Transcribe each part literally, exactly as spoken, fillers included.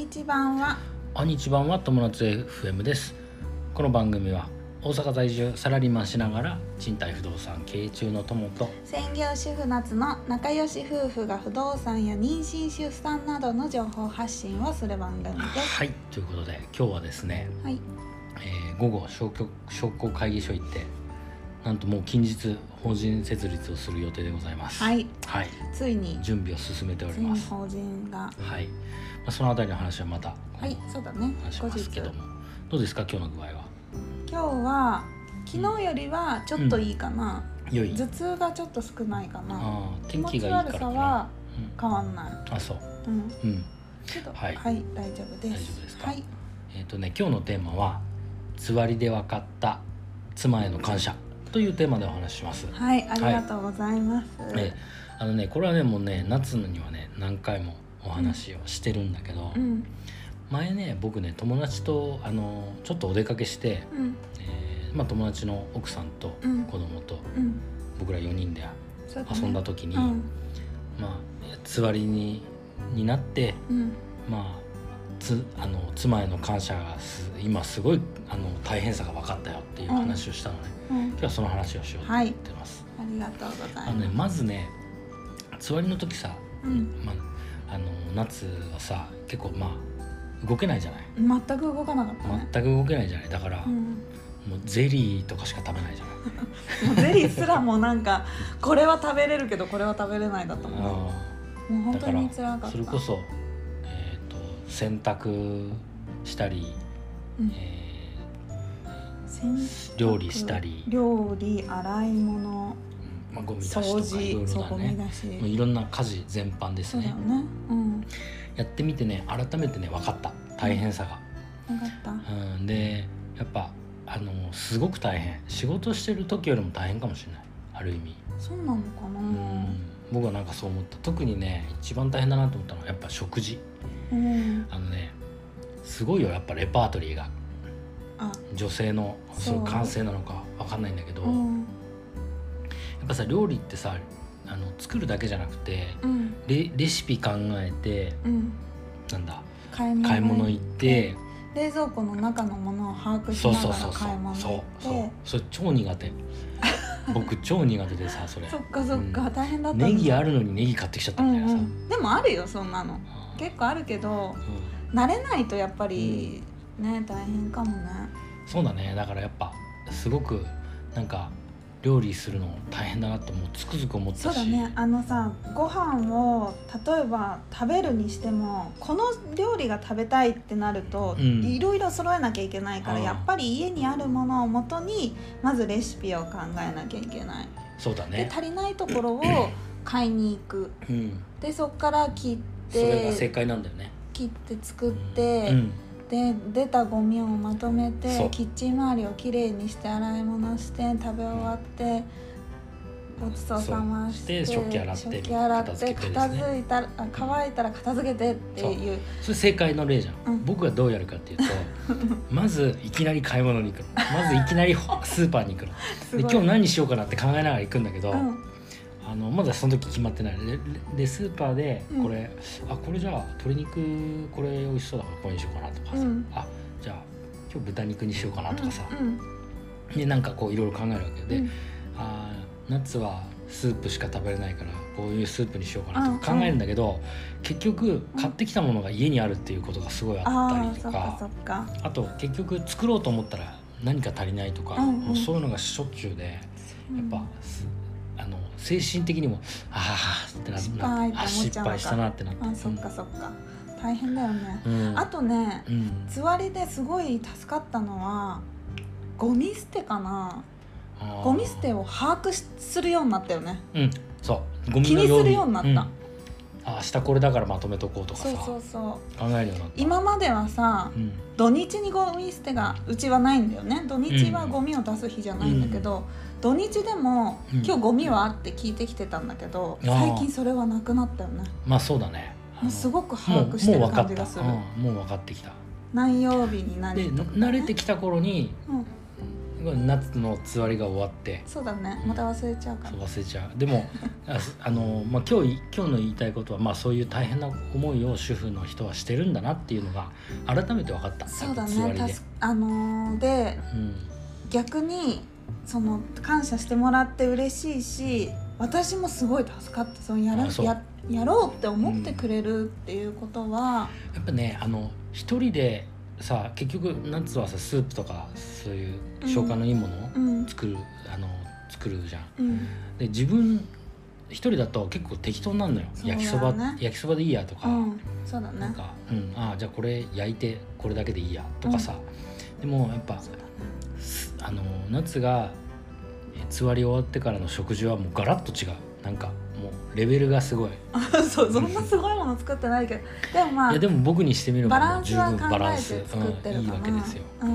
日版はこんにちは、友達 エフエム です。この番組は大阪在住サラリーマンしながら賃貸不動産経営中の友と専業主婦夏の仲良し夫婦が不動産や妊娠出産などの情報発信をする番組です。 はい、ということで今日はですね、 はい、 えー、午後商工商工会議所行ってなんともう近日法人設立をする予定でございます。 はい、 はい、 ついに準備を進めております。 ついに法人がはい、まあ、そのあたりの話はまたはいそうだね話しますけども、どうですか今日の具合は。 今日は昨日よりはちょっといいかな、 うん、良い頭痛がちょっと少ないかな。 あ天気がいいからかな。 気持ち悪さは変わんない、 うん、あそううん、 うん、 けど、 はい、 はい、大丈夫です。 大丈夫ですか。 はい、 えっ、ー、とね今日のテーマはつわりで分かった妻への感謝というテーマでお話しします。 はい、ありがとうございます。 はい、えあのねこれはねもうね夏にはね何回もお話をしてるんだけど、 うん、 前ね僕ね友達とあのちょっとお出かけして、 うん、 えーまあ、友達の奥さんと子供と、 うん、 僕らよにんで遊んだ時に、 うん、 まあつわりにになって、 うん、 まあつあの妻への感謝がす今すごいあの大変さが分かったよっていう話をしたのね、うん、今日はその話をしようと思ってます。 はい、ありがとうございます。 あの、ね、まずねつわりの時さ、 うんまあ、あの夏はさ結構まあ動けないじゃない。 全く動かなかったね。 全く動けないじゃない。だから、うん、もうゼリーとかしか食べないじゃないもうゼリーすらもなんかこれは食べれるけどこれは食べれないだと思う。もう本当に辛かった。 それこそ、えーと、洗濯したり、うんえー、料理したり料理洗い物、 うんまあ、ゴミ出しとかいろいろだね。もういろんな家事全般ですね。 そうだよね、うん、 やってみてね改めてね分かった大変さが、 うん、分かった、 うん、でやっぱあのすごく大変。仕事してる時よりも大変かもしれないある意味。 そうなのかな、うん、 僕はなんかそう思った。特にね一番大変だなと思ったのはやっぱ食事、うん、あのねすごいよやっぱレパートリーが。あ女性のそう感性なのか分かんないんだけど、うん、やっぱさ料理ってさあの作るだけじゃなくて、うん、レ, レシピ考えて、うん、なんだ買い物、買い物行って冷蔵庫の中のものを把握しながら買い物行ってそうそうそうそれ超苦手僕超苦手でさそれそっかそっか、うん、大変だった。 ネギあるのにネギ買ってきちゃったみたいなさ、うんうん、 でもあるよそんなの結構あるけど、うん、慣れないとやっぱりね大変かもね。 そうだね。だからやっぱすごくなんか料理するの大変だなってもうつくづく思ったし。 そうだね。あのさご飯を例えば食べるにしてもこの料理が食べたいってなると、うん、いろいろ揃えなきゃいけないから、やっぱり家にあるものをもとにまずレシピを考えなきゃいけない。 そうだね。 で足りないところを買いに行く、うん、でそっから切ってそれが正解なんだよね。 切って作って、 うんうんで出たゴミをまとめてキッチン周りをきれいにして洗い物して食べ終わってごちそうさまして食器洗って食器洗って片付いたら乾いたら片付けてっていう、 それ正解の例じゃん、うん、僕はどうやるかっていうとまずいきなり買い物に行くの。まずいきなりスーパーに行くので今日何しようかなって考えながら行くんだけど、うんあのまだその時決まってないで、でスーパーでこれ、うん、あこれじゃあ鶏肉これ美味しそうだからこれにしようかなとかさ、うん、あじゃあ今日豚肉にしようかなとかさ、うん、でなんかこういろいろ考えるわけで、うん、あ夏はスープしか食べれないからこういうスープにしようかなとか考えるんだけど、うん、結局買ってきたものが家にあるっていうことがすごいあったりとか、 あ、そっかそっか。 あと結局作ろうと思ったら何か足りないとか、うんうん、もうそういうのがしょっちゅうでやっぱ、あの精神的にもああってなって失敗あ失敗したなってなって、 あそっかそっか大変だよね、うん、あとね、うん、つわりですごい助かったのはゴミ捨てかな。ゴミ捨てを把握するようになったよね。 うんそうゴミの気にするようになった、うん、 あ明日これだからまとめとこうとかさ、 そうそうそう考えるようになった。今まではさ、うん、土日にゴミ捨てがうちはないんだよね。土日はゴミを出す日じゃないんだけど、うん、土日でも、うん、今日ゴミはって聞いてきてたんだけど、最近それはなくなったよね。 まあそうだね。 もうすごく把握してる感じがする。 もう分かった、うん、もう分かってきた。 何曜日に何とか、ね、で慣れてきた頃に、うん、 夏のつわりが終わってそうだね、また忘れちゃうから、 そう忘れちゃう。でもああの、まあ、今日今日の言いたいことは、まあ、そういう大変な思いを主婦の人はしてるんだなっていうのが改めて分かった。 そうだね、たすあのー、で、うん、逆にその感謝してもらって嬉しいし、私もすごい助かって、そのやらそうややろうって思ってくれるっていうことは、 うん、やっぱね、あの一人でさ、結局夏はさスープとかそういう消化のいいものを作る、うん、あの作るじゃん、うん、で自分一人だと結構適当になるのよ、ね、焼きそば焼きそばでいいやとか、 うん、そうだね、 なんか、うん、あじゃあこれ焼いてこれだけでいいやとかさ、うん、でもやっぱ、ね、あの夏がつわり終わってからの食事はもうガラッと違う。なんかもうレベルがすごいそうそんなすごいもの作ってないけどでもまあいやでも僕にしてみれば十分バランス作ってるかな、 うん、いいわけですよ、 うんうん、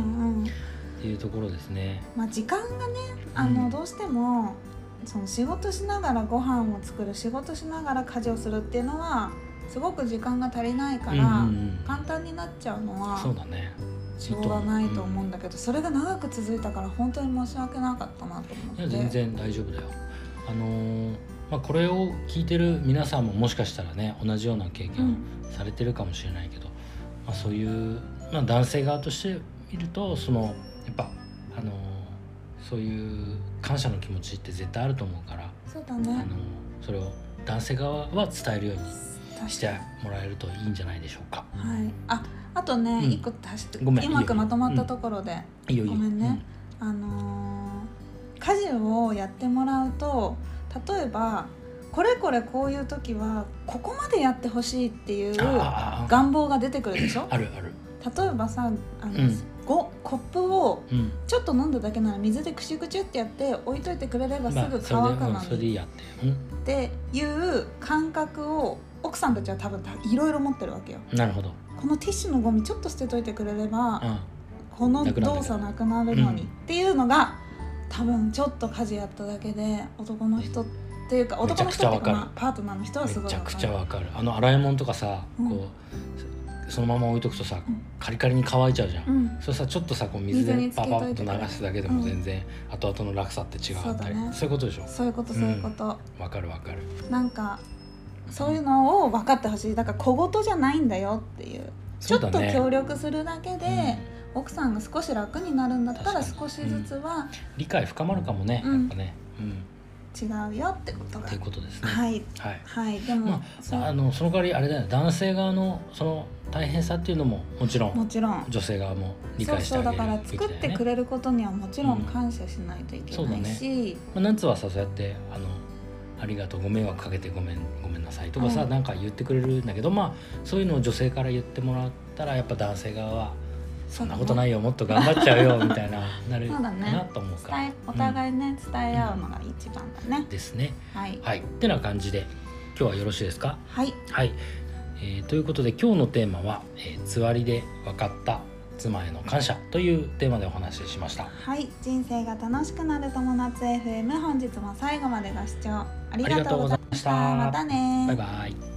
っていうところですね。 まあ時間がね、あの、うん、どうしてもその仕事しながらご飯を作る、仕事しながら家事をするっていうのはすごく時間が足りないから、うんうんうん、簡単になっちゃうのはそうだね、しょうがないと思うんだけど、うん、それが長く続いたから本当に申し訳なかったなと思って。 いや全然大丈夫だよ。あのーまあ、これを聞いてる皆さんももしかしたらね同じような経験をされてるかもしれないけど、うんまあ、そういう、まあ、男性側として見るとそのやっぱ、あのー、そういう感謝の気持ちって絶対あると思うから、 そうだね、 あのー、それを男性側は伝えるようにしてもらえるといいんじゃないでしょうか。 はい、ああとね、うん、一個足してうまくまとまったところで、うん、ごめんね、うん、あのー、家事をやってもらうと例えばこれこれこういう時はここまでやってほしいっていう願望が出てくるでしょ。 あるある。 例えばさ、あの、うん、コップをちょっと飲んだだけなら水でクシュクシュってやって置いといてくれればすぐ乾くのに、まあ、それでいいやって、うん、っていう感覚を奥さんたちは多分いろいろ持ってるわけよ。 なるほど。 このティッシュのゴミちょっと捨てといてくれれば、うん、この動作なくなるのに、うん、っていうのが多分ちょっと家事やっただけで男の人っていうか男の人っていうか、まあ、パートナーの人はすごいめちゃくちゃわかる。あの洗い物とかさ、うん、こうそのまま置いとくとさ、うん、カリカリに乾いちゃうじゃん、うん、それさちょっとさこう水でパパッと流すだけでも全然後々の落差って違うったり、うん、そういうことでしょ。 そういうことそういうことわ、 うん、かるわかる。 なんかそういうのを分かってほしい。だから小言じゃないんだよっていう、ちょっと協力するだけで、うん、奥さんが少し楽になるんだったら少しずつは、うん、 理解深まるかもね、うん、やっぱね、うん違うよってことがっていうことですね。 はいはい、はい、でも、まあ、あのその代わりあれだよね、男性側のその大変さっていうのももちろんもちろん女性側も理解してあげるべきだよね。 そうそう、だから作ってくれることにはもちろん感謝しないといけないし、うんね、 まあ、夏はさそうやってあのありがとうご迷惑かけてごめんごめんなさいとかさ、うん、なんか言ってくれるんだけど、まあそういうのを女性から言ってもらったらやっぱ男性側はそんなことないよ、もっと頑張っちゃうよみたいななるかなと思うから、 ね、お互いね、うん、伝え合うのが一番だね、 ですね。 はい、 はい、ってな感じで今日はよろしいですか。 はい、 はい、えー、ということで今日のテーマは、えー、つわりで分かった妻への感謝というテーマでお話ししました。 はい、人生が楽しくなる友達 エフエム、 本日も最後までご視聴ありがとうございました。またね、 バイバイ。